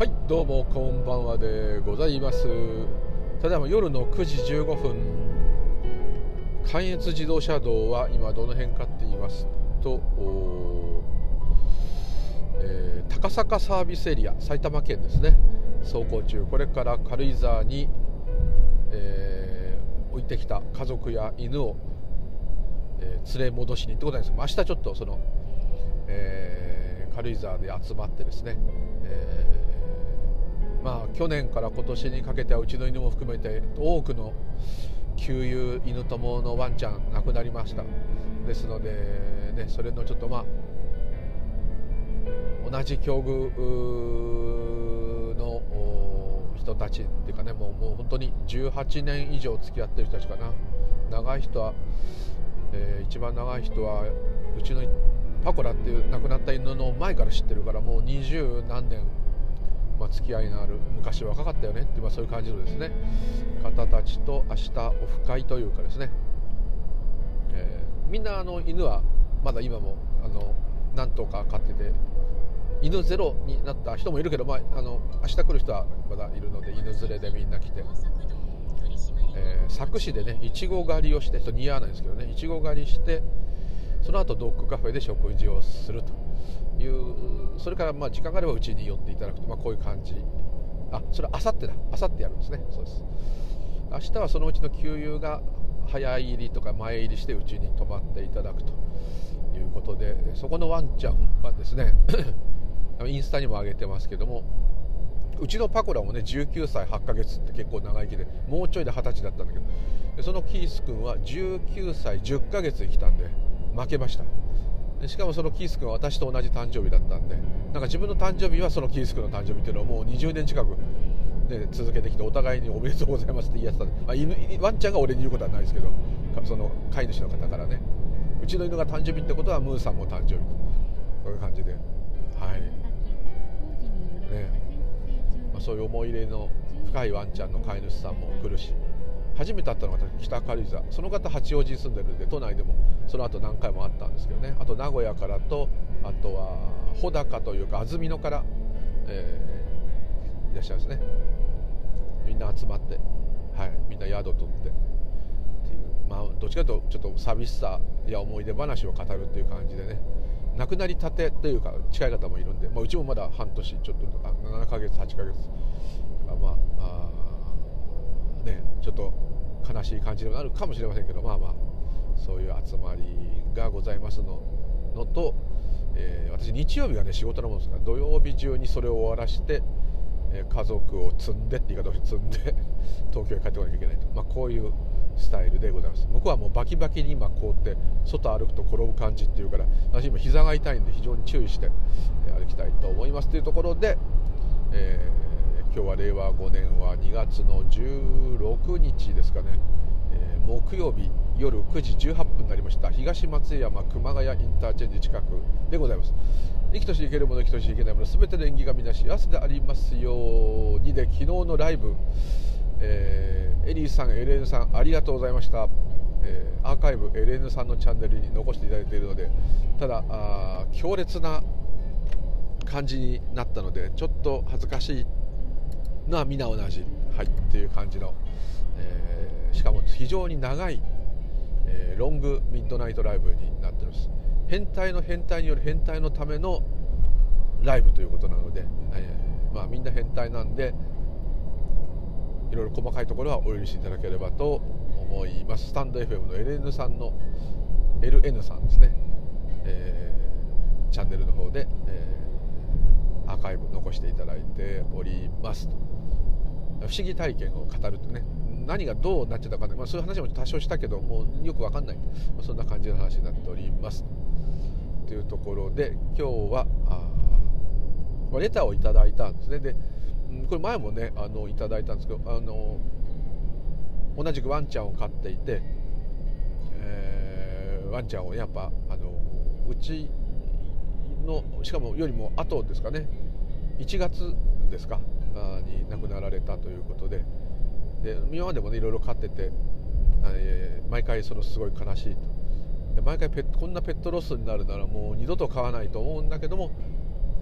はい、どうもこんばんはでございます。ただいま夜の9時15分、関越自動車道は今どの辺かって言いますと、高坂サービスエリア、埼玉県ですね、走行中。これから軽井沢に、置いてきた家族や犬を、連れ戻しにってことなんです。明日ちょっとその、軽井沢で集まってですね、去年から今年にかけてはうちの犬も含めて多くの旧友犬友のワンちゃん亡くなりました。ですので、ね、それのちょっと同じ境遇の人たちっていうかね、もう本当に18年以上付き合ってる人たちかな。長い人は、一番長い人はうちのパコラっていう亡くなった犬の前から知ってるから、もう20何年付き合いのある、昔若かったよねって、そういう感じのですね方たちと明日オフ会というかですね、みんな犬はまだ今も何頭か飼ってて、犬ゼロになった人もいるけど、明日来る人はまだいるので犬連れでみんな来て、佐久市でねいちご狩りをして、ちょっと似合わないんですけどね、いちご狩りして、その後ドッグカフェで食事をするという、それから時間があればうちに寄っていただくと、こういう感じ。それはあさってだ、あさってやるんですね。そうです。明日はそのうちの旧友が早入りとか前入りしてうちに泊まっていただくということで、そこのワンちゃんはですねインスタにも上げてますけども、うちのパコラもね19歳8ヶ月って結構長生きで、もうちょいで20歳だったんだけど、そのキース君は19歳10ヶ月生きたんで負けました。しかもそのキース君は私と同じ誕生日だったんで、自分の誕生日はそのキース君の誕生日っていうのをもう20年近く、ね、続けてきて、お互いにおめでとうございますって言い合ってたんで、ワンちゃんが俺に言うことはないですけど、その飼い主の方からね、うちの犬が誕生日ってことはムーさんも誕生日と、こういう感じで、はいね、そういう思い入れの深いワンちゃんの飼い主さんも来るし、初めて会ったのが北軽井沢、その方八王子に住んでるんで都内でもその後何回も会ったんですけどね、あと名古屋からと、あとは穂高というか安曇野から、いらっしゃいますね。みんな集まって、みんな宿取ってっていう、どっちかというとちょっと寂しさや思い出話を語るっていう感じでね、亡くなりたてというか近い方もいるんで、うちもまだ半年ちょっと7ヶ月8ヶ月ちょっと悲しい感じになるかもしれませんけど、そういう集まりがございますのと、私日曜日がね仕事なもんですから、土曜日中にそれを終わらして、家族を積んでって言い方を積んで東京へ帰ってこなきゃいけないと、こういうスタイルでございます。向こうはもうバキバキに今こうって外歩くと転ぶ感じっていうから、私今膝が痛いんで非常に注意して歩きたいと思いますというところで、今日は令和5年は2月の16日ですかね、木曜日夜9時18分になりました。東松山熊谷インターチェンジ近くでございます。生きとし生けるもの生きとし生けないもの全ての縁起がみなし幸せでありますようにで、昨日のライブ、エリーさんエレーヌさんありがとうございました。アーカイブエレーヌさんのチャンネルに残していただいているので、ただ強烈な感じになったのでちょっと恥ずかしいのは皆同じ、っていう感じの、しかも非常に長い、ロングミッドナイトライブになっています。変態の変態による変態のためのライブということなので、みんな変態なんでいろいろ細かいところはお許しいただければと思います。スタンド FM の LN さんの LN さんですね、チャンネルの方で、アーカイブ残していただいておりますと。不思議体験を語るとね、何がどうなっちゃったかね、そういう話も多少したけどもうよく分かんない、そんな感じの話になっておりますというところで、今日はレターをいただいたんですね。でこれ前もねいただいたんですけど、同じくワンちゃんを飼っていて、ワンちゃんをやっぱうちのしかもよりも後ですかね、1月ですかに亡くなられたということで、今までもねいろいろ飼ってて、毎回すごい悲しいと。で毎回こんなペットロスになるならもう二度と飼わないと思うんだけども、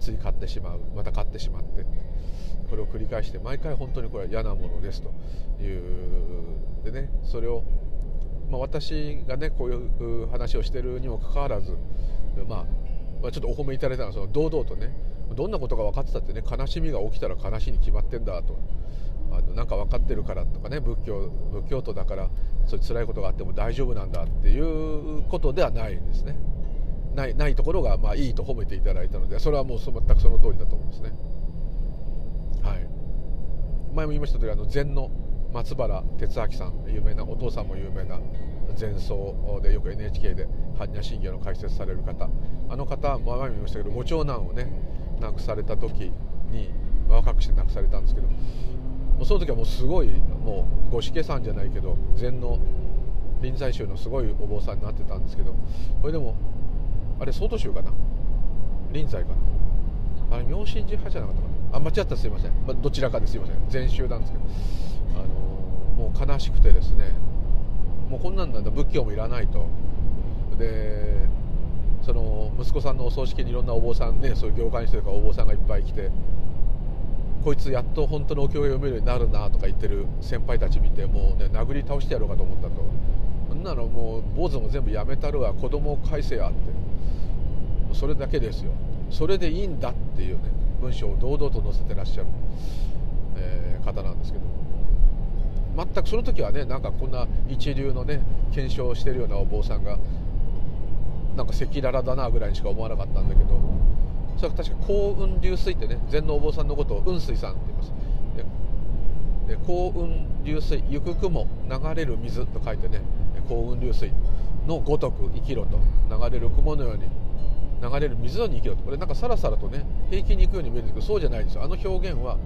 つい買ってしまう、また買ってしまって、これを繰り返して毎回本当にこれは嫌なものですというでね、それを、私がねこういう話をしているにもかかわらず、ちょっとお褒めいただいたのは、その堂々とね、どんなことが分かってたってね、悲しみが起きたら悲しいに決まってんだと、なんか分かってるからとかね、仏教徒だからそういう辛いことがあっても大丈夫なんだっていうことではないんですね。ないところがいいと褒めていただいたので、それはもう全くその通りだと思うんですね。はい、前も言いました通り、禅の松原哲明さん、有名な、お父さんも有名な禅僧で、よく NHK で般若心経の解説される方、あの方は前も言いましたけど、ご長男をね亡くされた時に、若くして亡くされたんですけど、もうその時はもうすごい、もう五色さんじゃないけど禅の臨済宗のすごいお坊さんになってたんですけど、これでもあれ曹洞宗かな、臨済かな、あれ妙心寺派じゃなかったかな、間違ったらすいません、どちらかですいません、禅宗なんですけど、もう悲しくてですね、もうこんなんなんだ、仏教もいらないと。でその息子さんのお葬式にいろんなお坊さんね、そういう業界の人とかお坊さんがいっぱい来て、こいつやっと本当のお経が読めるようになるなとか言ってる先輩たち見て、もうね殴り倒してやろうかと思ったと。そんなのもう坊主も全部やめたるわ、子供を返せやって、それだけですよ、それでいいんだっていうね文章を堂々と載せてらっしゃる、方なんですけど、全くその時はね、なんかこんな一流のね検証してるようなお坊さんがなんか赤裸々だなぐらいにしか思わなかったんだけど、それは確か幸運流水ってね、禅のお坊さんのことを雲水さんって言います。で幸運流水、行く雲流れる水と書いてね、幸運流水のごとく生きろと、流れる雲のように流れる水のように生きろと。これなんかさらさらとね平気に行くように見えるんですけど、そうじゃないんですよ。あの表現は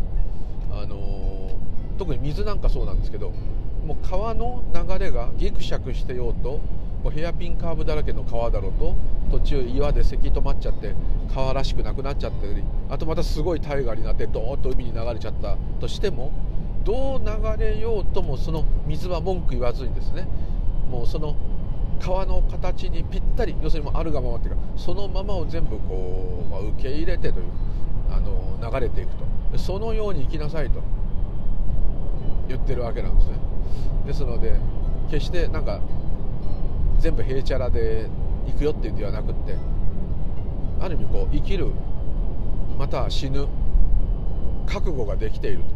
特に水なんかそうなんですけど、もう川の流れがギクシャクしてようと、ヘアピンカーブだらけの川だろうと、途中岩でせき止まっちゃって川らしくなくなっちゃったり、あとまたすごい大河になってドーッと海に流れちゃったとしても、どう流れようともその水は文句言わずにですね、もうその川の形にぴったり、要するにもうあるがままっていうか、そのままを全部こう、受け入れてという、流れていくと、そのように生きなさいと言ってるわけなんですね。ですので決してなんか全部へいちゃらで行くよっていうんではなくって、ある意味こう生きる、または死ぬ覚悟ができている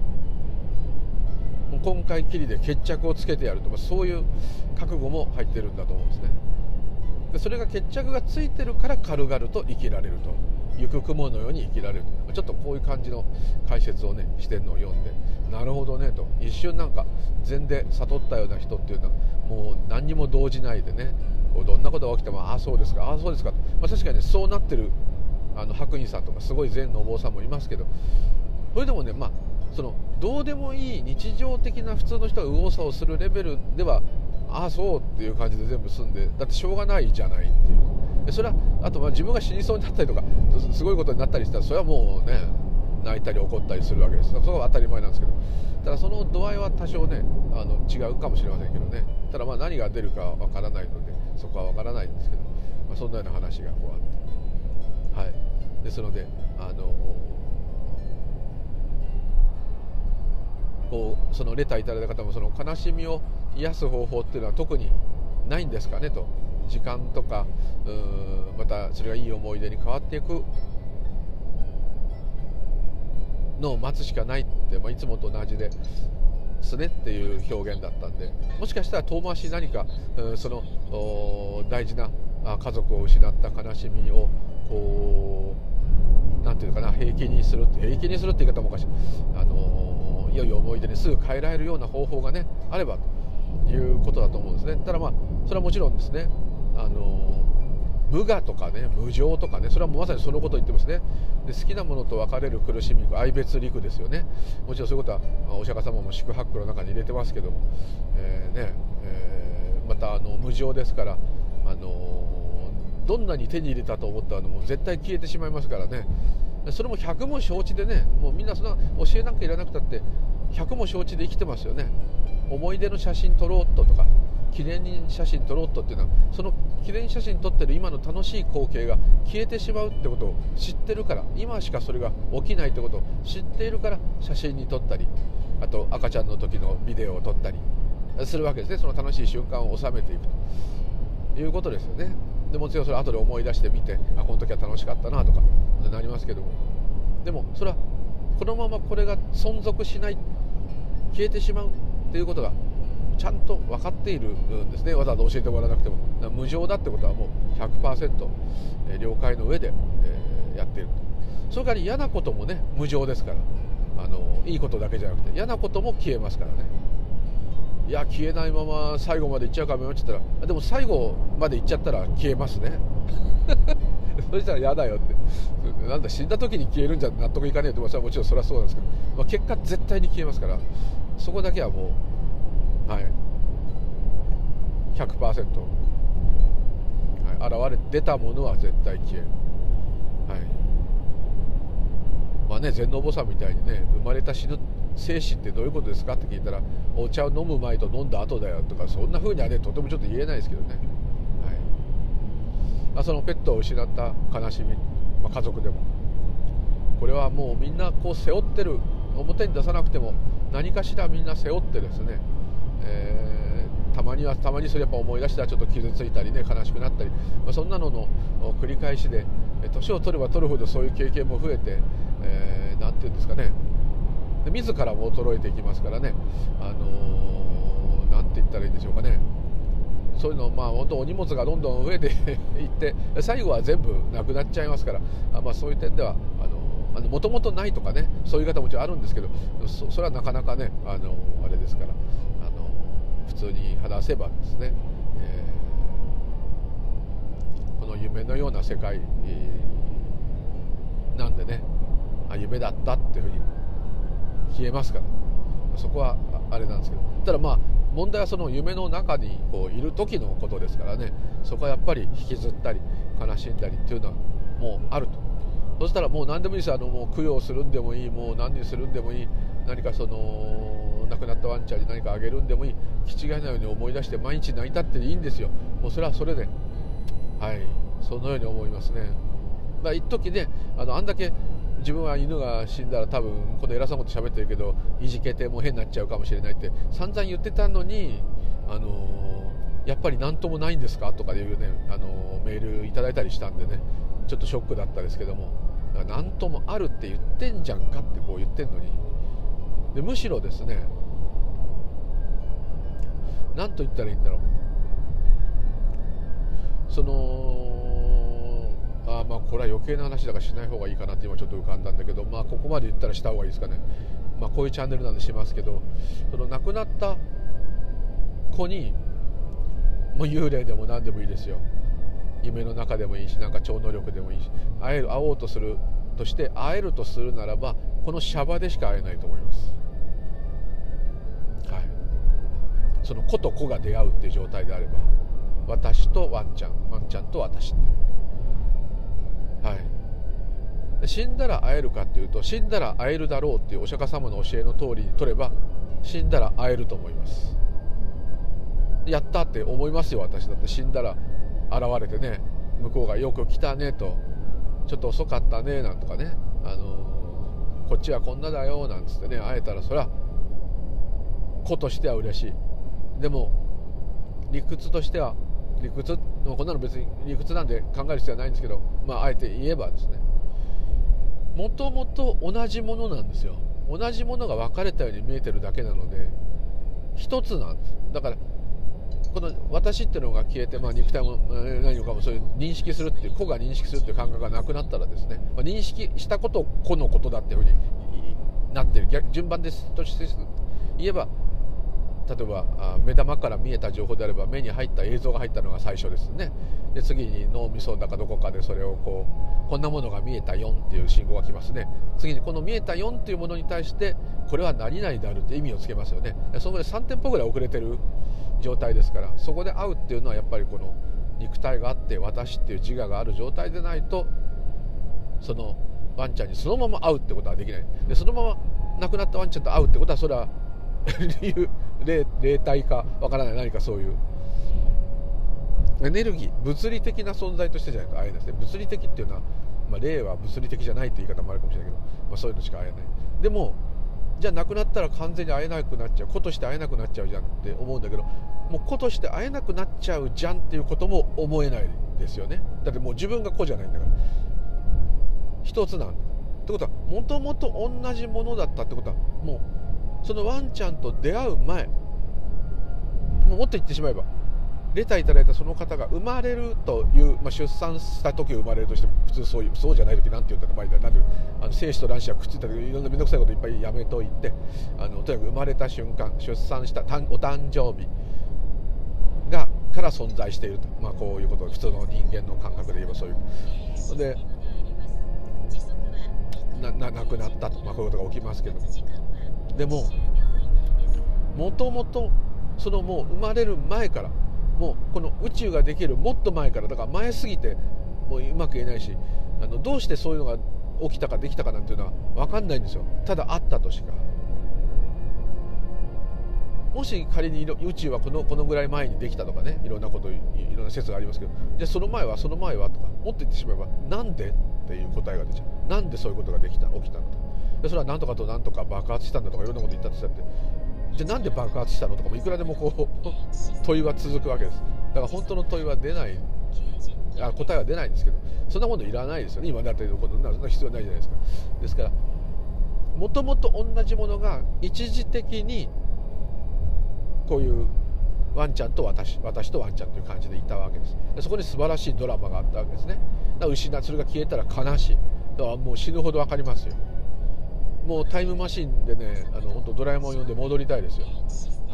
と、もう今回きりで決着をつけてやると、そういう覚悟も入ってるんだと思うんですね。でそれが決着がついてるから軽々と生きられると、行く雲のように生きられると、ちょっとこういう感じの解説をねしてるのを読んで、なるほどねと、一瞬なんか禅で悟ったような人っていうのはもう何にも動じないでね、どんなことが起きてもああそうですか、ああそうですかと、確かにねそうなってる白隠さんとかすごい禅のお坊さんもいますけど、それでもねそのどうでもいい日常的な普通の人が右往左往するレベルでは、ああそうっていう感じで全部済んで、だってしょうがないじゃないっていう。でそれはあと自分が死にそうになったりとかすごいことになったりしたら、それはもうね泣いたり怒ったりするわけです。そこは当たり前なんですけど、ただその度合いは多少ね違うかもしれませんけどね、ただ何が出るかわからないのでそこはわからないんですけど、そんなような話がこうあって、はい、ですのでこうそのレターいただいた方も、その悲しみを癒す方法っていうのは特にないんですかねと、時間とかまたそれがいい思い出に変わっていくのを待つしかないって、いつもと同じですねっていう表現だったんで、もしかしたら遠回しに何かその大事な家族を失った悲しみをこうなんていうかな、平気にするって言い方もおかしい、いよいよ思い出にすぐ変えられるような方法がねあればということだと思うんですね。ただそれはもちろんですね、無我とかね無常とかね、それはもうまさにそのことを言ってますね。で好きなものと別れる苦しみ、愛別離苦ですよね。もちろんそういうことはお釈迦様も四苦八苦の中に入れてますけども、また無常ですから、どんなに手に入れたと思ったのも絶対消えてしまいますからね。それも百も承知でね、もうみんなそんな教えなんかいらなくたって百も承知で生きてますよね。思い出の写真撮ろうとか記念写真撮ろうとっていうのは、その記念写真撮ってる今の楽しい光景が消えてしまうってことを知ってるから、今しかそれが起きないってことを知っているから写真に撮ったり、あと赤ちゃんの時のビデオを撮ったりするわけですね。その楽しい瞬間を収めていくということですよね。でもちろんそれ後で思い出してみて、この時は楽しかったなとかなりますけども、でもそれはこのままこれが存続しない、消えてしまうっていうことがちゃんと分かっているんですね。わざわざ教えてもらわなくても。無常だってことはもう 100% 了解の上でやっていると。それから嫌なこともね無常ですから、いいことだけじゃなくて嫌なことも消えますからね。いや消えないまま最後までいっちゃうかもよって言ったら、でも最後までいっちゃったら消えますねそしたら嫌だよって、なんだ死んだ時に消えるんじゃ納得いかねえって、それはもちろんそれはそうなんですけど、結果絶対に消えますから、そこだけはもうはい 100%、現れ出たものは絶対消える。禅のお坊さんみたいにね、生まれた死ぬ生死ってどういうことですかって聞いたら、お茶を飲む前と飲んだ後だよとか、そんな風にはねとてもちょっと言えないですけどね、そのペットを失った悲しみ、家族でもこれはもうみんなこう背負ってる、表に出さなくても何かしらみんな背負ってですね、たまにそれやっぱ思い出したらちょっと傷ついたりね、悲しくなったり、そんなのの繰り返しで、年を取れば取るほどそういう経験も増えて、なんていうんですかね、自らも衰えていきますからね、なんて言ったらいいんでしょうかね、そういうの本当お荷物がどんどん増えていって最後は全部なくなっちゃいますから、そういう点ではもともとないとかね、そういう方もちろんあるんですけど、それはなかなかねあれですから、普通に話せばですね、この夢のような世界なんでね、夢だったっていうふうに消えますから、そこはあれなんですけど、ただ問題はその夢の中にこういる時のことですからね、そこはやっぱり引きずったり悲しんだりっていうのはもうあると。そしたらもう何でもいいですよ、もう供養するんでもいい、もう何にするんでもいい、何かその亡くなったワンちゃんに何かあげるんでもいい、気違いなように思い出して毎日泣いたっていいんですよ。もうそれはそれでそのように思いますね。一時ね、あんだけ自分は犬が死んだら多分この偉そうなこと喋ってるけどいじけてもう変になっちゃうかもしれないって散々言ってたのに、やっぱり何ともないんですかとかいうね、メールいただいたりしたんでね、ちょっとショックだったですけども、何ともあるって言ってんじゃんかってこう言ってんのに、でむしろですね、何と言ったらいいんだろう、そのこれは余計な話だからしない方がいいかなって今ちょっと浮かんだんだけど、ここまで言ったらした方がいいですかね。こういうチャンネルなんでしますけど、その亡くなった子にもう幽霊でも何でもいいですよ、夢の中でもいいし、なんか超能力でもいいし、会おうとするとして会えるとするならば、このシャバでしか会えないと思います。その子と子が出会うっていう状態であれば、私とワンちゃんと私って、死んだら会えるかっていうと、死んだら会えるだろうっていうお釈迦様の教えの通りに取れば死んだら会えると思います。やったって思いますよ。私だって死んだら現れてね、向こうがよく来たねと、ちょっと遅かったねなんとかね、こっちはこんなだよなんつってね、会えたらそれは子としては嬉しい。でも理屈としては、こんなの別に理屈なんで考える必要はないんですけど、あえて言えばですね、もともと同じものなんですよ。同じものが分かれたように見えてるだけなので一つなんです。だからこの私っていうのが消えて、肉体も何もかもそういう認識するっていう、個が認識するっていう感覚がなくなったらですね、認識したことを個のことだっていうふうになってる。順番ですとして言えば、例えば目玉から見えた情報であれば目に入った映像が入ったのが最初ですね。で次に脳みそだかどこかでそれをこんなものが見えたよっていう信号が来ますね。次にこの見えたよっていうものに対してこれは何々であるって意味をつけますよね。そこで3店舗ぐらい遅れてる状態ですから、そこで会うっていうのはやっぱりこの肉体があって私っていう自我がある状態でないと、そのワンちゃんにそのまま会うってことはできない。でそのまま亡くなったワンちゃんと会うってことは、それは霊体かわからない何かそういうエネルギー、物理的な存在としてじゃないと会えないですね。物理的っていうのは、霊は物理的じゃないって言い方もあるかもしれないけど、そういうのしか会えない。でもじゃあ亡くなったら完全に会えなくなっちゃう、子として会えなくなっちゃうじゃんって思うんだけど、もう子として会えなくなっちゃうじゃんっていうことも思えないですよね。だってもう自分が子じゃないんだから、一つなんだってことは、もともと同じものだったってことは、もうそのワンちゃんと出会う前、もっと言ってしまえば、レターいただいたその方が生まれるという、出産した時生まれるとしても、普通そうじゃない時なんて言うんだって、なんで精子と卵子がくっついた時、いろんな面倒くさいこといっぱいやめといて、とにかく生まれた瞬間、出産したお誕生日から存在していると、こういうことが普通の人間の感覚で言えばそういうので、亡くなったと、こういうことが起きますけど、でももともとそのもう生まれる前から、もうこの宇宙ができるもっと前から、だから前すぎてもううまく言えないし、どうしてそういうのが起きたかできたかなんていうのは分かんないんですよ。ただあったとしか。もし仮に宇宙はこのぐらい前にできたとかね、いろんなこといろんな説がありますけど、じゃあその前はとか、もっと言ってしまえばなんでっていう答えが出ちゃう。なんでそういうことが起きたのと。でそれは何とかと何とか爆発したんだとかいろんなこと言ったとしたって、じゃあなんで爆発したのとかもいくらでも問いは続くわけです。だから本当の問いは出ない、答えは出ないんですけど、そんなものいらないですよね。今だってそんな必要ないじゃないですか。ですからもともと同じものが一時的にこういうワンちゃんと私とワンちゃんという感じでいたわけです。でそこに素晴らしいドラマがあったわけですね。だからそれが消えたら悲しい。だからもう死ぬほど分かりますよ。もうタイムマシンでね、本当ドラえもん読んで戻りたいですよ。はい。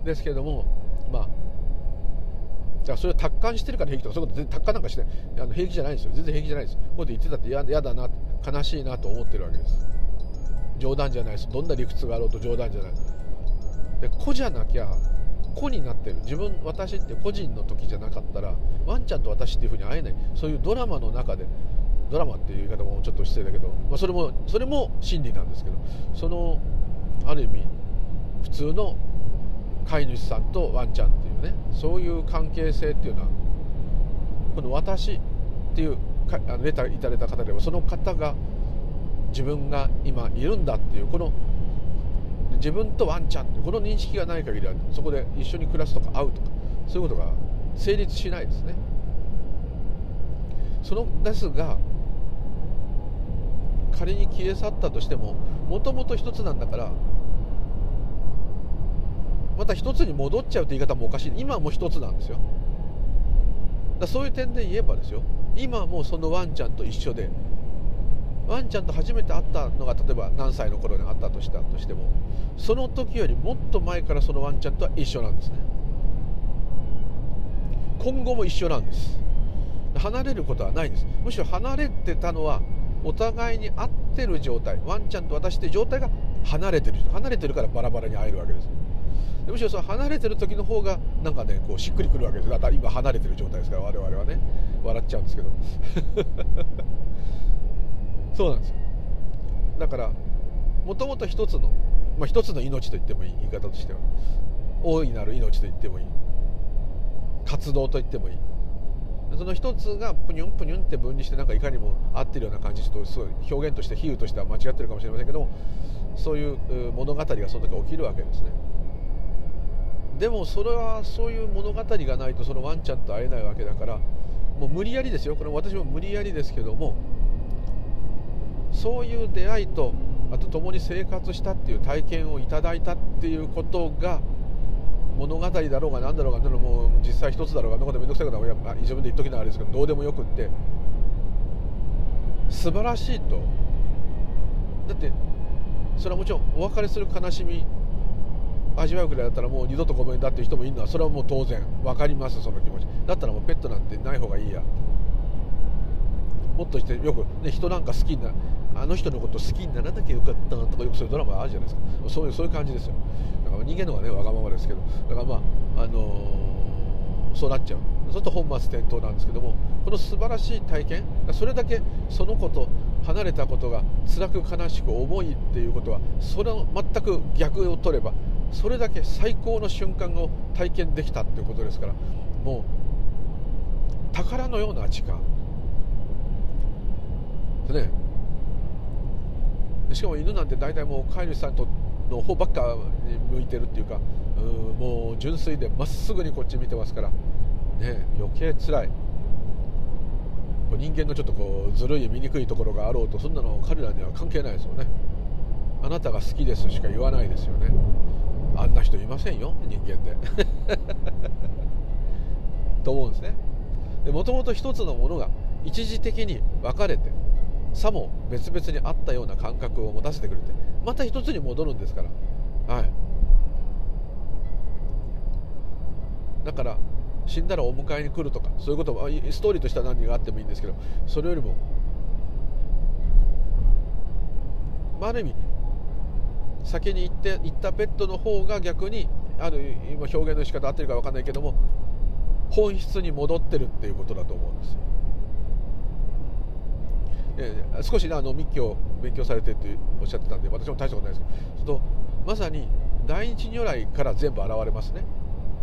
ですけれども、だからそれを達観してるから平気とか、そういうこと全然達観なんかして平気じゃないんですよ。全然平気じゃないです。こうやって言ってたって嫌だな、悲しいなと思ってるわけです。冗談じゃないです。どんな理屈があろうと冗談じゃない。で子じゃなきゃ、子になってる私って個人の時じゃなかったら、ワンちゃんと私っていうふうに会えない。そういうドラマの中で、ドラマっていう言い方もちょっと失礼だけど、それも真理なんですけど、そのある意味普通の飼い主さんとワンちゃんっていうね、そういう関係性っていうのは、この私っていうレターいただいた方では、その方が自分が今いるんだっていう、この自分とワンちゃんっていうこの認識がない限りは、そこで一緒に暮らすとか会うとかそういうことが成立しないですね。ですが、仮に消え去ったとしても、もともと一つなんだから、また一つに戻っちゃうという言い方もおかしい。今はもう一つなんですよ。そういう点で言えばですよ、今はもうそのワンちゃんと一緒で、ワンちゃんと初めて会ったのが例えば何歳の頃に会ったとしても、その時よりもっと前からそのワンちゃんとは一緒なんですね。今後も一緒なんです。離れることはないんです。むしろ離れてたのはお互いに会ってる状態、ワンちゃんと私っていう状態が離れてるからバラバラに会えるわけです。むしろその離れてる時の方がなんかね、しっくりくるわけです。だから今離れてる状態ですから、我々はね笑っちゃうんですけどそうなんですよ。だからもともと一つの命と言ってもいい、言い方としては大いなる命と言ってもいい、活動と言ってもいい、その一つがプニュンプニュンって分離して、なんかいかにも合ってるような感じ、ちょっとすごい表現として比喩としては間違ってるかもしれませんけども、そういう物語がその時起きるわけですね。でもそれはそういう物語がないとそのワンちゃんと会えないわけだから、もう無理やりですよ。これ私も無理やりですけども、そういう出会いと、あと共に生活したっていう体験をいただいたっていうことが、物語だろうが何だろうが、もう実際一つだろうが、どこで面倒くさいことは自分で言っときながらあれですけど、どうでもよくって、素晴らしいと。だってそれはもちろんお別れする悲しみ味わうくらいだったら、もう二度とごめんだっていう人もいるのは、それはもう当然分かります。その気持ちだったらもうペットなんてない方がいいや。もっとしてよく、ね、人なんか好きな、あの人のこと好きにならなきゃよかったとか、よくそういうドラマあるじゃないですか。そういう感じですよ。だから人間の方がねわがままですけど、だからそうなっちゃう。そうすると本末転倒なんですけども、この素晴らしい体験、それだけその子と離れたことが辛く悲しく重いっていうことは、それの全く逆を取れば、それだけ最高の瞬間を体験できたっていうことですから、 もう宝のような時間ですね。しかも犬なんて大体もう飼い主さんとの方ばっかに向いてるっていうか、もう純粋でまっすぐにこっち見てますからね、余計つらい。人間のちょっとずるい見にくいところがあろうと、そんなの彼らには関係ないですよね。あなたが好きですしか言わないですよね。あんな人いませんよ、人間でと思うんですね。もともと一つのものが一時的に分かれてさも別々にあったような感覚を持たせてくれて、また一つに戻るんですから、はい、だから死んだらお迎えに来るとか、そういうこともストーリーとしては何があってもいいんですけど、それよりも、ある意味先に行ったペットの方が逆に今表現の仕方合ってるか分かんないけども、本質に戻ってるっていうことだと思うんですよ。少し密教を勉強されてっておっしゃってたんで、私も大したことないですけど、まさに大日如来から全部現れますね。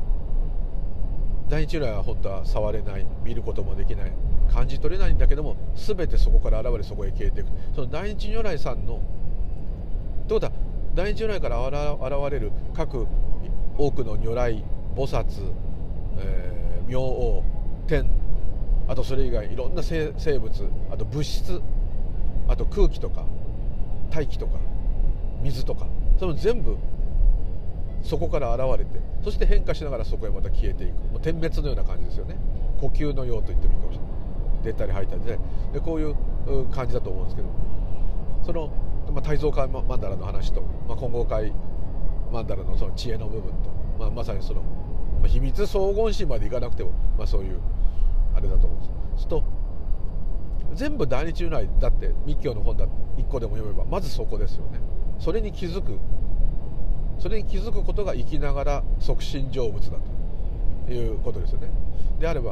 大日如来は本当は触れない、見ることもできない、感じ取れないんだけども、全てそこから現れそこへ消えていく。その大日如来さんのってことは、大日如来から現れる各多くの如来菩薩、明王天、あとそれ以外いろんな生物、あと物質、あと空気とか大気とか水とか、それも全部そこから現れて、そして変化しながらそこへまた消えていく、もう点滅のような感じですよね。呼吸のようと言ってもいいかもしれない。出たり入ったりで、こういう感じだと思うんですけど、その、大蔵会曼荼羅の話と、金剛会曼荼羅のその知恵の部分と、まさにその、秘密荘厳心までいかなくても、そういうあれだと思うんです。そうすると全部大日如来だって密教の本だって一個でも読めばまずそこですよね。それに気づくことが生きながら即身成仏だということですよね。であれば、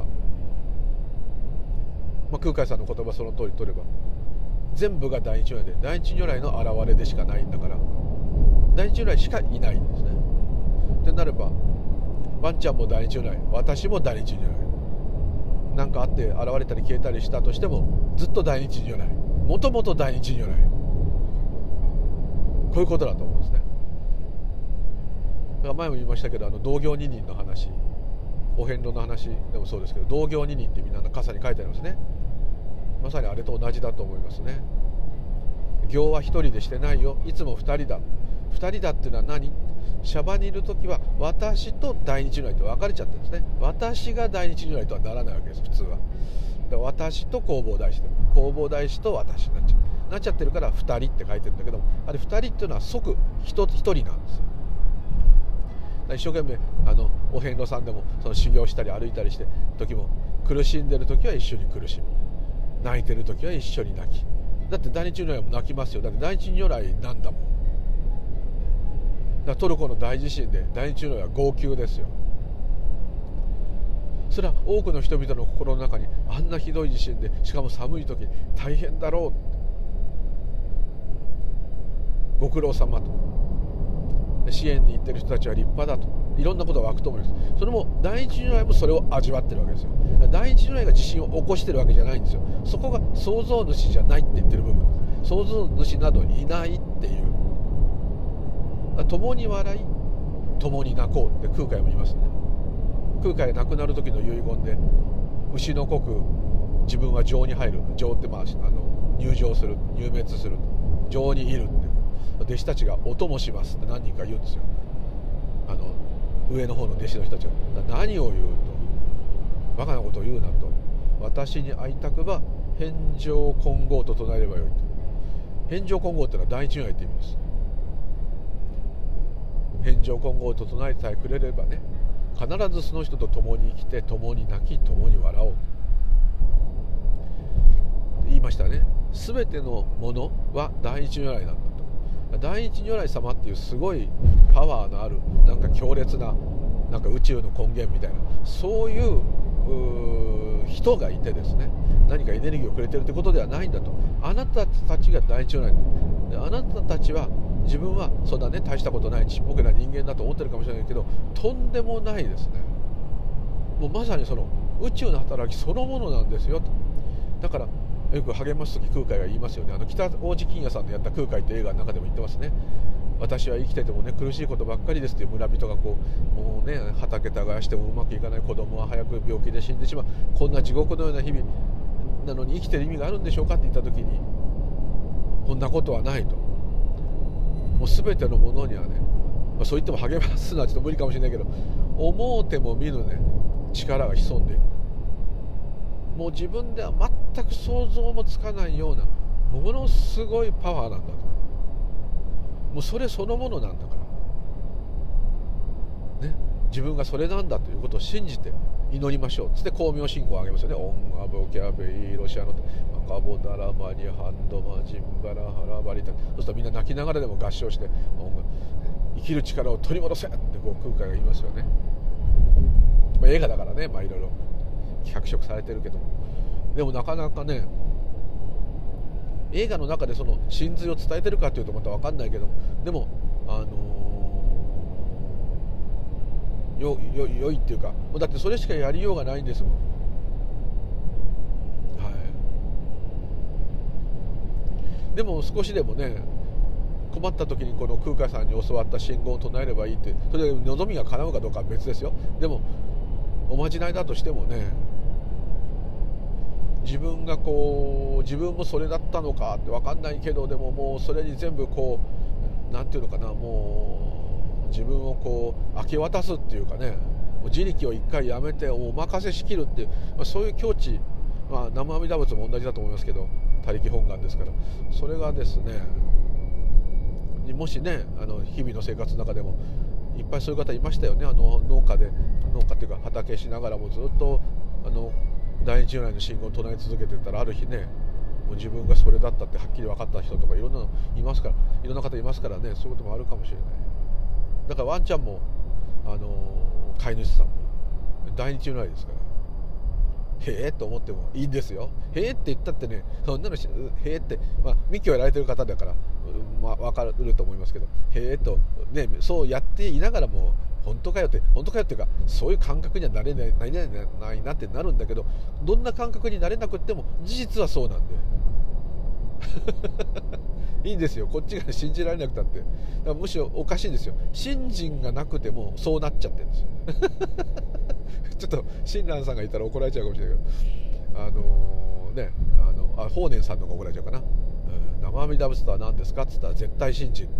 空海さんの言葉その通り取れば、全部が大日如来で、大日如来の現れでしかないんだから、大日如来しかいないんですね。でなれば、ワンちゃんも大日如来、私も大日如来、何かあって現れたり消えたりしたとしてもずっと大日如来、もともと大日如来、こういうことだと思うんですね。だから前も言いましたけど、同行二人の話、お遍路の話でもそうですけど、同行二人ってみんな傘に書いてありますね。まさにあれと同じだと思いますね。行は一人でしてないよ、いつも二人だ。二人だっていうのは何？シャバにいる時は私と大日如来と分かれちゃってるんですね。私が大日如来とはならないわけです、普通は。だから私と弘法大師で、弘法大師と私になっちゃってるから二人って書いてるんだけども、あれ二人っていうのは即一人なんですよ。一生懸命お遍路さんでもその修行したり歩いたりして時も、苦しんでる時は一緒に苦しみ、泣いてる時は一緒に泣き、だって大日如来も泣きますよ。だって大日如来なんだもん。だからトルコの大地震で大日如来は号泣ですよ。それは多くの人々の心の中に、あんなひどい地震でしかも寒い時に大変だろう、ご苦労様と、支援に行ってる人たちは立派だと、いろんなことが湧くと思います。それも大日如来もそれを味わってるわけですよ。大日如来が地震を起こしてるわけじゃないんですよ。そこが創造主じゃないって言ってる部分です。創造主などいないっていう、共に笑い共に泣こうって空海も言いますね。空海が亡くなる時の遺言で、牛の国自分は城に入る、城って入場する、入滅する、城にいるって、弟子たちがお供しますって何人か言うんですよ。上の方の弟子の人たちが何を言うと、バカなことを言うなと、私に会いたくば返上金剛と唱えればよいと。返上金剛ってのは大日如来って意味です。返上金剛と唱えてさえくれればね、必ずその人と共に生きて、共に泣き、共に笑おうと言いましたね。全てのものは大日如来なんだと。大日如来様っていうすごいパワーのある、なんか強烈な、なんか宇宙の根源みたいな、そういう人がいてですね、何かエネルギーをくれてるってことではないんだと。あなたたちが大日如来で、あなたたちは自分はそんなね大したことないちっぽけな人間だと思ってるかもしれないけど、とんでもないですね。 もうまさにその宇宙の働きそのものなんですよと。だからよく励ます時空海が言いますよね。北大路欣也さんのやった空海って映画の中でも言ってますね。私は生きててもね苦しいことばっかりですっていう村人がこうもうね畑耕してもうまくいかない、子供は早く病気で死んでしまう、こんな地獄のような日々なのに生きてる意味があるんでしょうかって言った時に、こんなことはないと。もう全てのものにはね、そう言っても励ますのはちょっと無理かもしれないけど、思うても見ぬね力が潜んでいる。もう自分では全く想像もつかないようなものすごいパワーなんだと。もうそれそのものなんだからね、自分がそれなんだということを信じて祈りましょう。つって光明信仰をあげますよね。オンアボキャベイロシアノマカボダラマニハンドマジンバラハラバリタ。そうするとみんな泣きながらでも合唱して生きる力を取り戻せってこう空海が言いますよね。映画だからね、いろいろ脚色されてるけども、でもなかなかね映画の中でその真髄を伝えてるかというとまた分かんないけども、でも良いっていうか、だってそれしかやりようがないんですもん。はい。でも少しでもね困った時にこの空海さんに教わった信号を唱えればいいって、それで望みが叶うかどうかは別ですよ。でもおまじないだとしてもね、自分がこう自分もそれだったのかって分かんないけど、でももうそれに全部こうなんていうのかな、もう自分をこう明け渡すっていうかね、もう自力を一回やめてお任せしきるっていう、そういう境地、南無阿弥陀仏も同じだと思いますけど、他力本願ですから、それがですね、もしね日々の生活の中でもいっぱいそういう方いましたよね。農家っていうか畑しながらもずっと大日如来の信号を唱え続けてたら、ある日ねもう自分がそれだったってはっきり分かった人とかいろんな方いますからね、そういうこともあるかもしれない。だからワンちゃんも飼い主さんも大日如来ですから、へえと思ってもいいんですよ。へえって言ったってね、そんなのへえって、密教やられてる方だから、分かると思いますけど、へえとねそうやっていながらも本当かよっていうか、そういう感覚にはなれないなってなるんだけど、どんな感覚になれなくっても事実はそうなんでいいんですよ。こっちが信じられなくたって。だからむしろおかしいんですよ。信心がなくてもそうなっちゃってるんですよちょっと親鸞さんがいたら怒られちゃうかもしれないけど、法然さんの方が怒られちゃうかな。南無阿弥陀仏とは何ですかって言ったら絶対信心って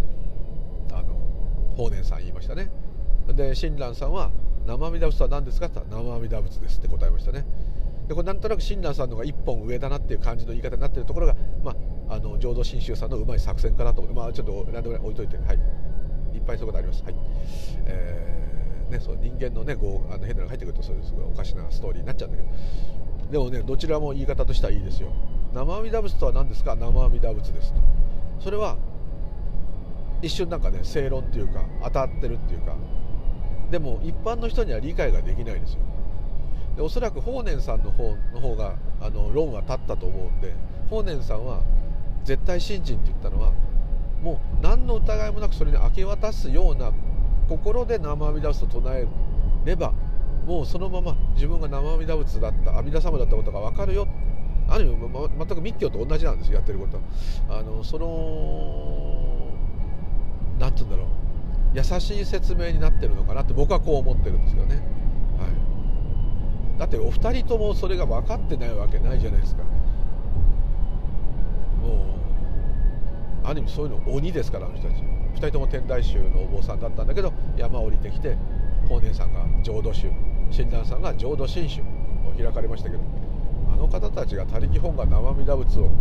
法然さん言いましたね。で親鸞さんは南無阿弥陀仏とは何ですかって言ったら南無阿弥陀仏ですって答えましたね。でこれなんとなく親鸞さんのが一本上だなっていう感じの言い方になっているところが、浄土真宗さんのうまい作戦かなと思って、ちょっと何でも置いといて、はい、いっぱいそういうことあります。はい。そう人間のね変なのが入ってくるとそういうおかしなストーリーになっちゃうんだけど、でもねどちらも言い方としてはいいですよ。南無阿弥陀仏とは何ですか、南無阿弥陀仏ですと。それは一瞬なんかね正論っていうか当たってるっていうか、でも一般の人には理解ができないですよ。でおそらく法然さんの方が論は立ったと思うんで、法然さんは絶対信心って言ったのはもう何の疑いもなくそれに明け渡すような心で南無阿弥陀仏と唱えれば、もうそのまま自分が南無阿弥陀仏だった、阿弥陀様だったことが分かるよ。ある意味全く密教と同じなんですよ、やってることは。なんて言うんだろう、優しい説明になってるのかなって僕はこう思ってるんですよね。はい。だってお二人ともそれが分かってないわけないじゃないですか。もうある意味そういうの鬼ですから、あの人たち。二人とも天台宗のお坊さんだったんだけど、山降りてきて法然さんが浄土宗、親鸞さんが浄土真宗を開かれましたけど、あの方たちが他力本願南無阿弥陀仏を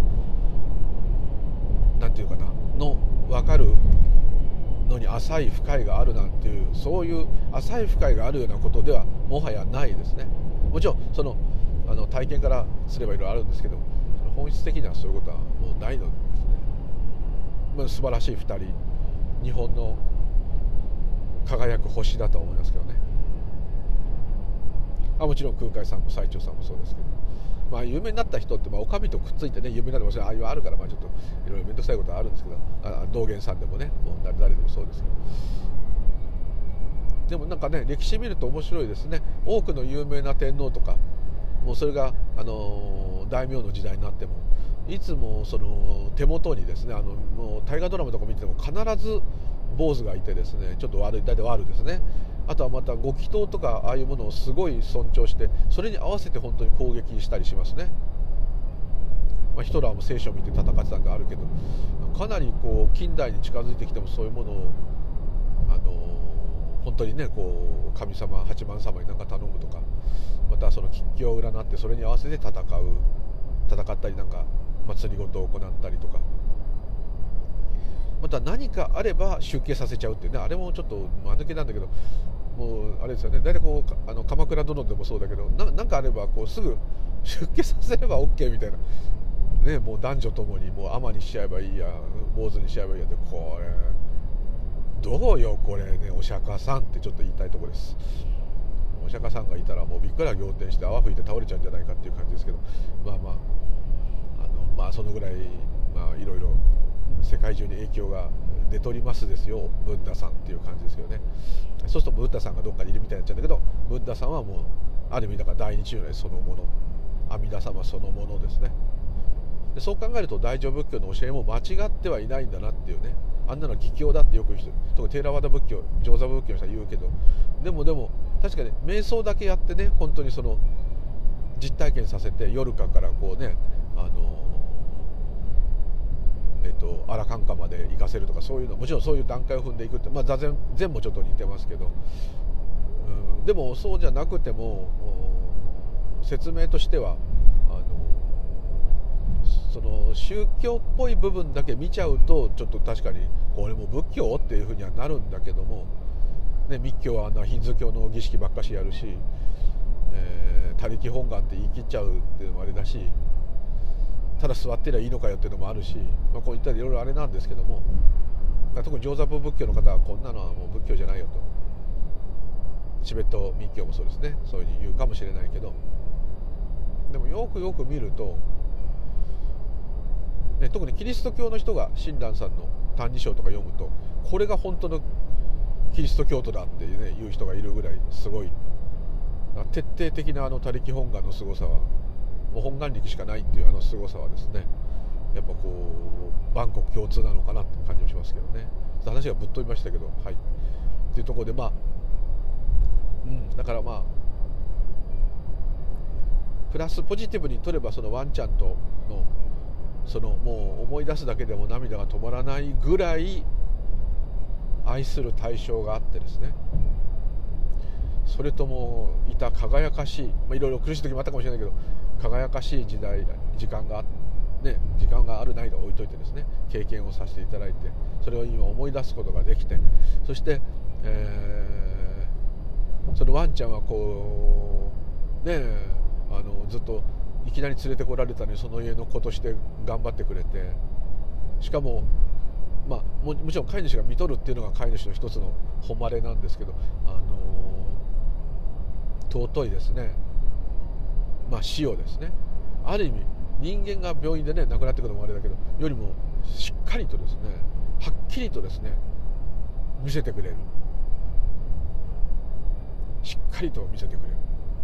なんていうかなの分かるのに浅い深いがあるなんていう、そういう浅い深いがあるようなことではもはやないですね。もちろんその体験からすればいろいろあるんですけど、その本質的にはそういうことはもうないのですね。素晴らしい2人、日本の輝く星だと思いますけどね。もちろん空海さんも最澄さんもそうですけど、有名になった人ってお上とくっついてね有名になる場所あるから、ちょっといろいろ面倒くさいことはあるんですけど、道元さんでもね、もう誰でもそうですけど、 でもなんかね、歴史見ると面白いですね。多くの有名な天皇とか、もうそれが、大名の時代になってもいつもその手元にですね、もう大河ドラマとか見てても必ず坊主がいてですね、ちょっと悪い、大体悪ですね。あとはまたご祈祷とかああいうものをすごい尊重して、それに合わせて本当に攻撃したりしますね。ヒトラーも聖書を見て戦ってたんであるけど、かなりこう近代に近づいてきてもそういうものを本当にね、こう神様八幡様に何か頼むとか、またその吉凶を占ってそれに合わせて戦ったり、なんか祭りごとを行ったりとか、また何かあれば出家させちゃうっていうね、あれもちょっと間抜けなんだけど、もうあれですよね、大体こう鎌倉殿でもそうだけど、なんかあればこうすぐ出家させれば OK みたいなね、もう男女ともにもう尼にしちゃえばいいや、坊主にしちゃえばいいやって、これどうよこれね、お釈迦さんってちょっと言いたいところです。お釈迦さんがいたらもうびっくら仰天して泡吹いて倒れちゃうんじゃないかっていう感じですけど、そのぐらいいろいろ世界中に影響が出とりますですよ、ブッダさんっていう感じですけどね。そうするとブッダさんがどっかにいるみたいになっちゃうんだけど、ブッダさんはもうある意味だから大日如来そのもの、阿弥陀様そのものですね。でそう考えると大乗仏教の教えも間違ってはいないんだなっていうね。あんなの義教だってよく言う人、特にテーラワダ仏教、上座仏教の人は言うけど、でも確かに瞑想だけやってね、本当にその実体験させて夜かからこうね、アラカンカまで行かせるとか、そういうのもちろんそういう段階を踏んでいくって、座禅もちょっと似てますけど、でもそうじゃなくても説明としてはその宗教っぽい部分だけ見ちゃうとちょっと確かにこれも仏教っていうふうにはなるんだけども、ね、密教はヒンズー教の儀式ばっかしやるし、他力本願って言い切っちゃうっていうのもあれだし、ただ座ってりゃいいのかよっていうのもあるし、こういったいろいろあれなんですけども、特に上座部仏教の方はこんなのはもう仏教じゃないよと、チベット密教もそうですね、そういうふうに言うかもしれないけど、でもよくよく見ると、ね、特にキリスト教の人が親鸞さんの「歎異抄」とか読むと、これが本当のキリスト教徒だっていう、ね、言う人がいるぐらいすごい、徹底的な他力本願のすごさは、もう本願力しかないっていうすごさはですね、やっぱこう万国共通なのかなって感じもしますけどね。話がぶっ飛びましたけど、はいっていうところで、だからプラスポジティブに取れば、そのワンちゃんとのそのもう思い出すだけでも涙が止まらないぐらい愛する対象があってですね、それともいた輝かしい、いろいろ苦しい時もあったかもしれないけど、輝かしい時間があるないと置いといてですね、経験をさせていただいて、それを今思い出すことができて、そして、そのワンちゃんはこうね、ずっといきなり連れてこられたのにその家の子として頑張ってくれて、しかももちろん飼い主が見とるっていうのが飼い主の一つの誉れなんですけど、尊いですね、死をですね、ある意味人間が病院でね亡くなってくるのもあれだけどよりもしっかりとですね、はっきりとですね見せてくれる、しっかりと見せてくれる。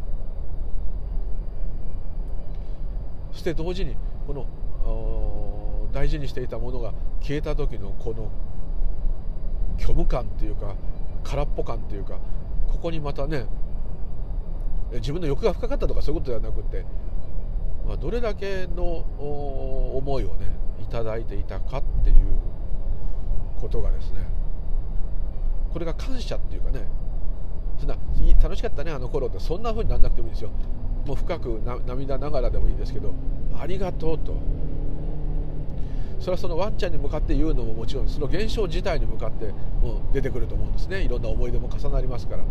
そして同時にこの大事にしていたものが消えた時のこの虚無感っていうか空っぽ感っていうか、ここにまたね、自分の欲が深かったとかそういうことではなくて、どれだけの思いをねいただいていたかっていうことがですね、これが感謝っていうかね、そんな楽しかったねあの頃って、そんな風になんなくてもいいんですよ。もう深く涙ながらでもいいんですけど、ありがとうと、それはそのワンちゃんに向かって言うのももちろん、その現象自体に向かってもう出てくると思うんですね。いろんな思い出も重なりますから。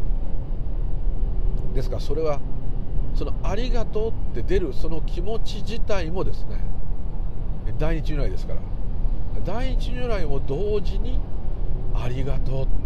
ですからそれはそのありがとうって出るその気持ち自体もですね、大日如来ですから、大日如来も同時にありがとうって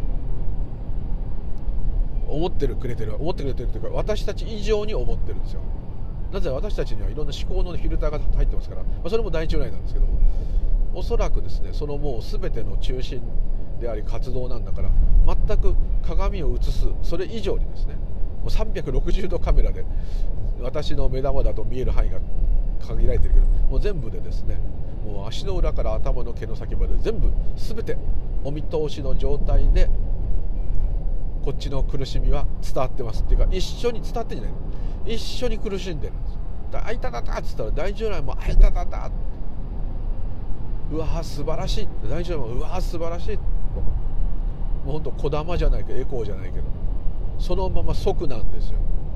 思ってくれてるというか、私たち以上に思ってるんですよ。なぜ私たちにはいろんな思考のフィルターが入ってますから、それも大日如来なんですけども、おそらくですね、そのもう全ての中心であり活動なんだから、全く鏡を映すそれ以上にですね、もう360度カメラで私の目玉だと見える範囲が限られてるけど、もう全部でですね、もう足の裏から頭の毛の先まで全部全てお見通しの状態でこっちの苦しみは伝わってますっていうか、一緒に伝わってんじゃない、一緒に苦しんでるんです。あいたたたっつったら大従来もあいたたた、うわー素晴らしい、大従来もうわー素晴らしい、もうほんとこだまじゃないけどエコーじゃないけどそのまま即なんですよ。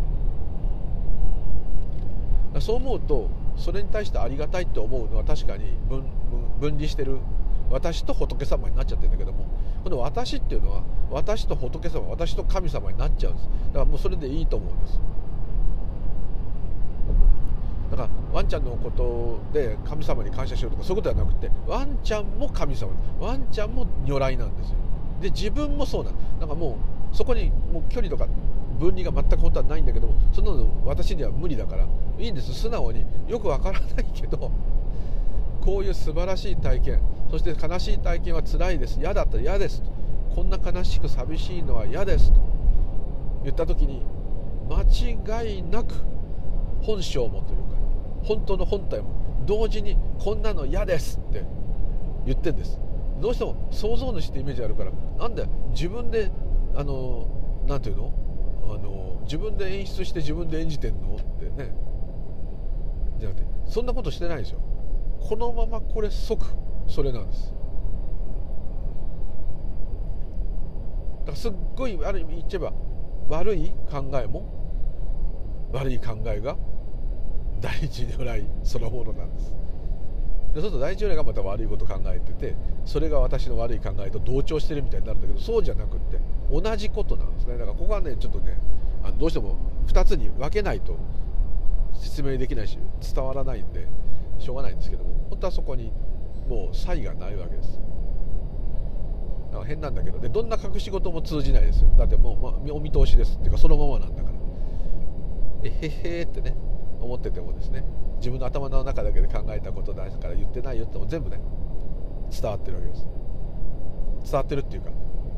そう思うとそれに対してありがたいって思うのは確かに分離してる私と仏様になっちゃってるんだけども、この私っていうのは私と仏様、私と神様になっちゃうんです。だからもうそれでいいと思うんです。だからワンちゃんのことで神様に感謝しようとかそういうことではなくて、ワンちゃんも神様、ワンちゃんも如来なんですよ。で自分もそうなんです。だからもうそこにもう距離とか分離が全く本当はないんだけども、そんなの私には無理だからいいんです。素直によくわからないけどこういう素晴らしい体験、そして悲しい体験は辛いです、嫌だったら嫌ですと、こんな悲しく寂しいのは嫌ですと言った時に、間違いなく本性もというか本当の本体も同時にこんなの嫌ですって言ってるんです。どうしても創造主ってイメージあるから、なんで自分でなんていうの、自分で演出して自分で演じてんのってね、じゃなくてそんなことしてないですよ。このままこれ即それなんです。だからすっごいある意味言っちゃえば悪い考えも悪い考えが大事如来そのものなんです。でそうすると大如来がまた悪いこと考えてて、それが私の悪い考えと同調してるみたいになるんだけど、そうじゃなくって同じことなんですね。だからここはねちょっとねどうしても2つに分けないと説明できないし伝わらないんでしょうがないんですけども、本当はそこにもう差異がないわけです。だから変なんだけど、でどんな隠し事も通じないですよ。だってもう、お見通しですっていうかそのままなんだから、えへへってね思っててもですね、自分の頭の中だけで考えたことだから言ってないよっても全部ね伝わってるわけです。伝わってるっていうか、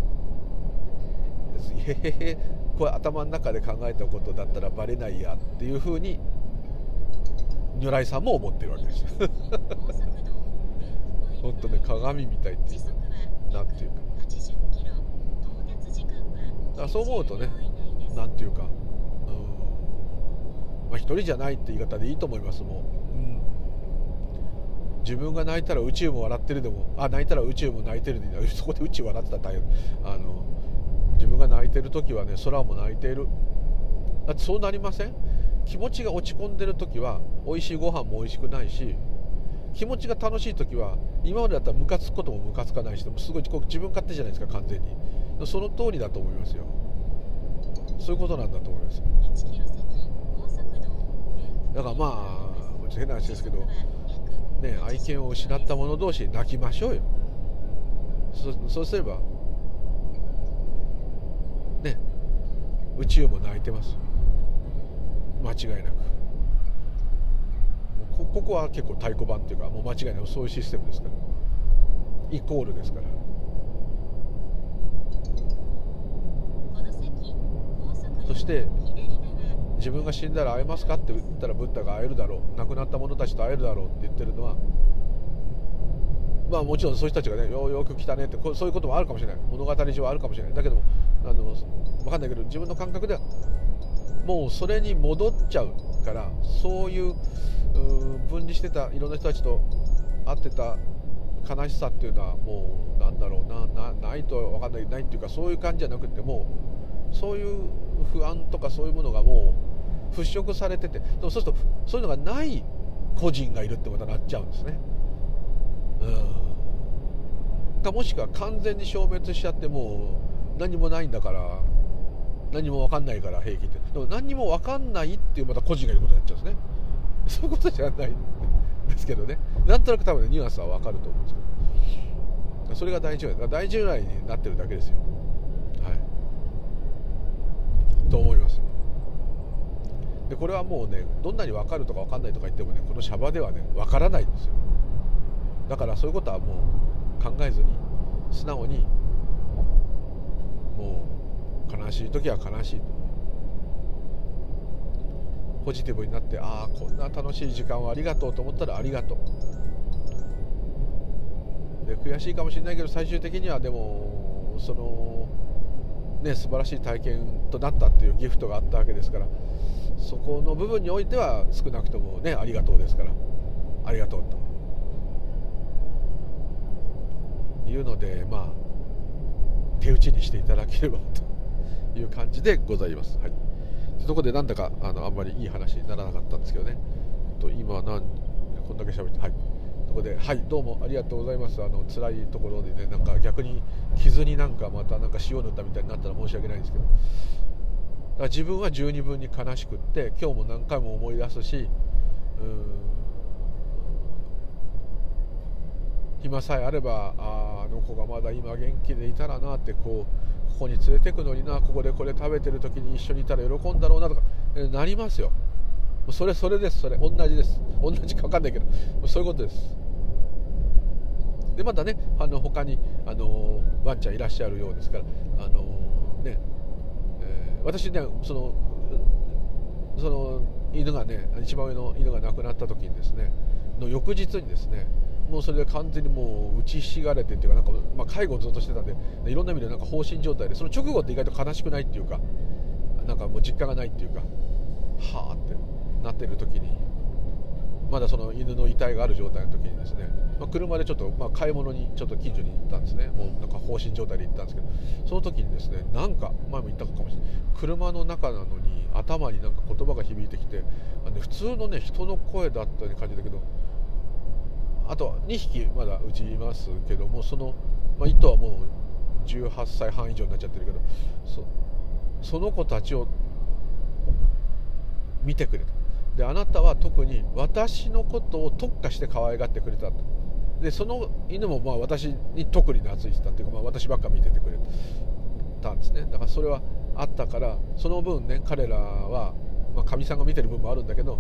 へへへこれ頭の中で考えたことだったらバレないやっていうふうに如来さんも思ってるわけです本当ね鏡みたいっていうかなんていうか、だからそう思うとねなんていうか、一人じゃないって言い方でいいと思います。もう、自分が泣いたら宇宙も笑ってるでも、泣いたら宇宙も泣いてるで、そこで宇宙笑ってたら大変。自分が泣いてる時はね空も泣いている。だってそうなりません？気持ちが落ち込んでる時は美味しいご飯も美味しくないし、気持ちが楽しい時は今までだったらムカつくこともムカつかないし、でもすごい自分勝手じゃないですか完全に。その通りだと思いますよ。そういうことなんだと思います。だからまあ変な話ですけどね、愛犬を失った者同士泣きましょうよ。そうすればね宇宙も泣いてます、間違いなく。ここは結構太鼓判っていうかもう間違いなくそういうシステムですから、イコールですから。そして自分が死んだら会えますかって言ったらブッダが会えるだろう、亡くなった者たちと会えるだろうって言ってるのは、まあもちろんそういう人たちがねよく来たねってそういうこともあるかもしれない、物語上はあるかもしれない。だけども分かんないけど自分の感覚ではもうそれに戻っちゃうから、そういう分離してたいろんな人たちと会ってた悲しさっていうのはもうなんだろうないとは分かんないっていうか、そういう感じじゃなくて、もうそういう不安とかそういうものがもう払拭されてて、でもそうするとそういうのがない個人がいるってことになっちゃうんですね。もしくは完全に消滅しちゃってもう何もないんだから何も分かんないから平気って、でも何も分かんないっていうまた個人がいることになっちゃうんですね。そういうことじゃないんですけどね、なんとなく多分ねニュアンスは分かると思うんですけど、それが大従来になってるだけですよ。と思います。でこれはもうねどんなに分かるとか分かんないとか言ってもね、このシャバではね分からないんですよ。だからそういうことはもう考えずに素直にもう悲しい時は悲しいと、ポジティブになって、ああこんな楽しい時間をありがとうと思ったらありがとうで、悔しいかもしれないけど最終的にはでもそのね素晴らしい体験となったっていうギフトがあったわけですから、そこの部分においては少なくともねありがとうですから、ありがとうというので、まあ手打ちにしていただければという感じでございます。はい。ところでなんだかあんまりいい話にならなかったんですけどね。今こんだけ喋って、はい。ところで、はい、どうもありがとうございます。辛いところでね、なんか逆に傷にまた塩塗ったみたいになったら申し訳ないんですけど、だから自分は十二分に悲しくって、今日も何回も思い出すし、暇さえあればあの子がまだ今元気でいたらなって、ここに連れてくのにな、ここでこれ食べてる時に一緒にいたら喜んだろうなとか、なりますよ。それです。それ同じです。同じか分かんないけどそういうことです。でまたね他にワンちゃんいらっしゃるようですから、私ねその犬がね、一番上の犬が亡くなった時にですねの翌日にですね、もうそれで完全にもう打ちひしがれてっていうか、介護をずっとしてたんでいろんな意味で放心状態で、その直後って意外と悲しくないっていうか、もう実感がないっていうか、はあってなってる時に、まだその犬の遺体がある状態の時にですね、車でちょっと、買い物にちょっと近所に行ったんですね。もう放心状態で行ったんですけど、その時にですね、前も言ったかもしれない、車の中なのに頭に言葉が響いてきて、普通のね人の声だったように感じたけど、あと2匹まだうちいますけども、その、1頭はもう18歳半以上になっちゃってるけど、その子たちを見てくれた。であなたは特に私のことを特化して可愛がってくれたと。でその犬も私に特に懐いてたっていうか、私ばっか見ててくれたんですね。だからそれはあったから、その分ね彼らはかみさんが見てる分もあるんだけど、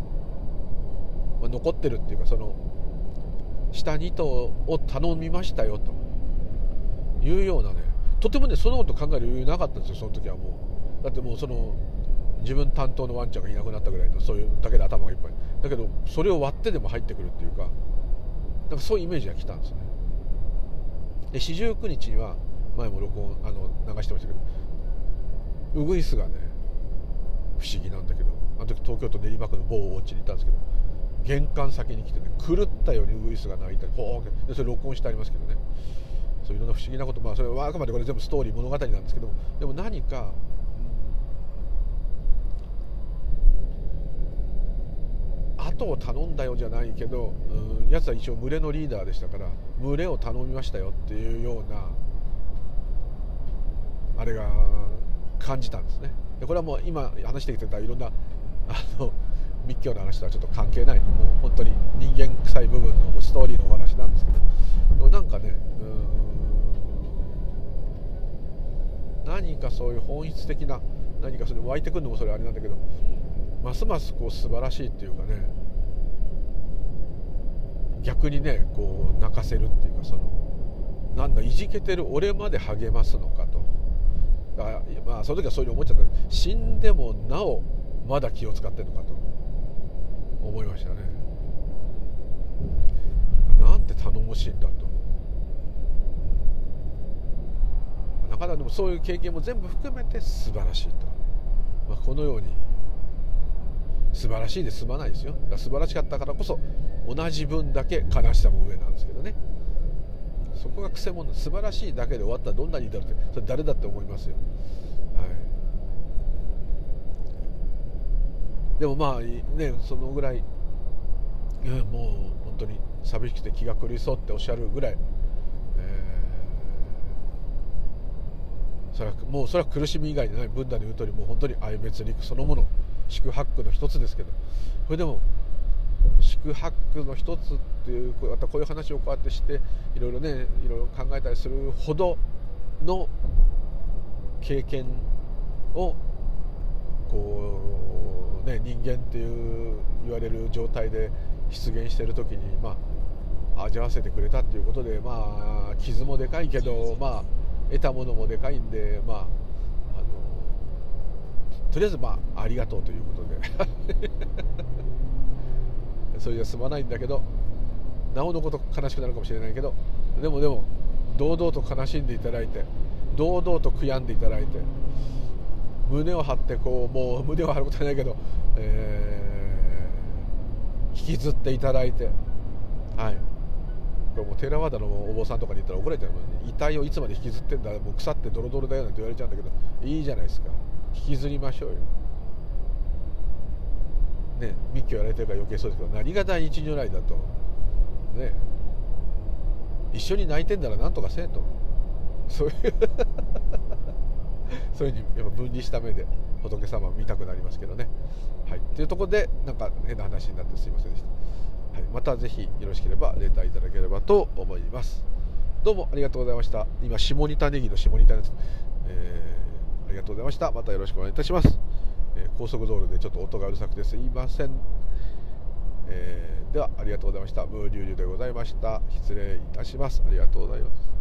残ってるっていうか、その下2頭を頼みましたよというようなね、とてもねそのこと考える余裕なかったんですよ、その時は。もうだってもうその自分担当のワンちゃんがいなくなったぐらいの、そういうだけで頭がいっぱいだけど、それを割ってでも入ってくるっていうか、そういうイメージが来たんですね。で四十九日には前も録音流してましたけど、ウグイスがね不思議なんだけど、あの時東京都練馬区の某お家に行ったんですけど、玄関先に来てね、狂ったようにウグイスが鳴いたり、でそれ録音してありますけどね、そういういろんな不思議なこと、それはあくまでこれ全部ストーリー物語なんですけども、でも何か後を頼んだよじゃないけど、やつは一応群れのリーダーでしたから、群れを頼みましたよっていうようなあれが感じたんですね。でこれはもう今話してきてたいろんな密教の話とはちょっと関係ない、もう本当に人間臭い部分のストーリーのお話なんですけど、でも何かそういう本質的な何かそれ湧いてくるのもそれあれなんだけど、ますます素晴らしいっていうかね、逆にね泣かせるっていうか、いじけてる俺まで励ますのかと。だからその時はそういうふうに思っちゃった。死んでもなおまだ気を使ってるのかと思いましたね。なんて頼もしいんだと。なかなかでもそういう経験も全部含めて素晴らしいと、このように素晴らしいで済まないですよ。だから素晴らしかったからこそ同じ分だけ悲しさも上なんですけどね。そこがくせ者。素晴らしいだけで終わったらどんなにいいだろうって、それ誰だって思いますよ。はい。でもそのぐらい、もう本当に寂しくて気が狂いそうっておっしゃるぐらい、それは苦しみ以外でないブッダの言う通り、もう本当に愛別陸そのもの、四苦八苦の一つですけど、それでも四苦八苦の一つっていう、またこういう話をこうやってしていろいろ考えたりするほどの経験を人間っていう言われる状態で出現している時に味わわせてくれたっていうことで、傷もでかいけど得たものもでかいんで、とりあえずありがとうということでそれじゃ済まないんだけど、なおのこと悲しくなるかもしれないけど、でも堂々と悲しんでいただいて、堂々と悔やんでいただいて、胸を張ってもう胸を張ることはないけど、引きずっていただいて、はい、これもうテーラワーダのお坊さんとかに言ったら怒られちゃう。遺体をいつまで引きずってんだ、もう腐ってドロドロだよなんて言われちゃうんだけど、いいじゃないですか、引きずりましょうよね。密教やられてるから余計そうですけど、何が大日如来だとね、一緒に泣いてんならなんとかせえと、そういうそういうふうにやっぱ分離した目で仏様を見たくなりますけどね。はい、というところでなんか変な話になってすいませんでした。はい、またぜひよろしければレターいただければと思います。どうもありがとうございました。今下仁田ネギの下仁田です。ありがとうございました。またよろしくお願いいたします。高速道路でちょっと音がうるさくてすいません。ではありがとうございました。ムーリュウリュウでございました。失礼いたします。ありがとうございます。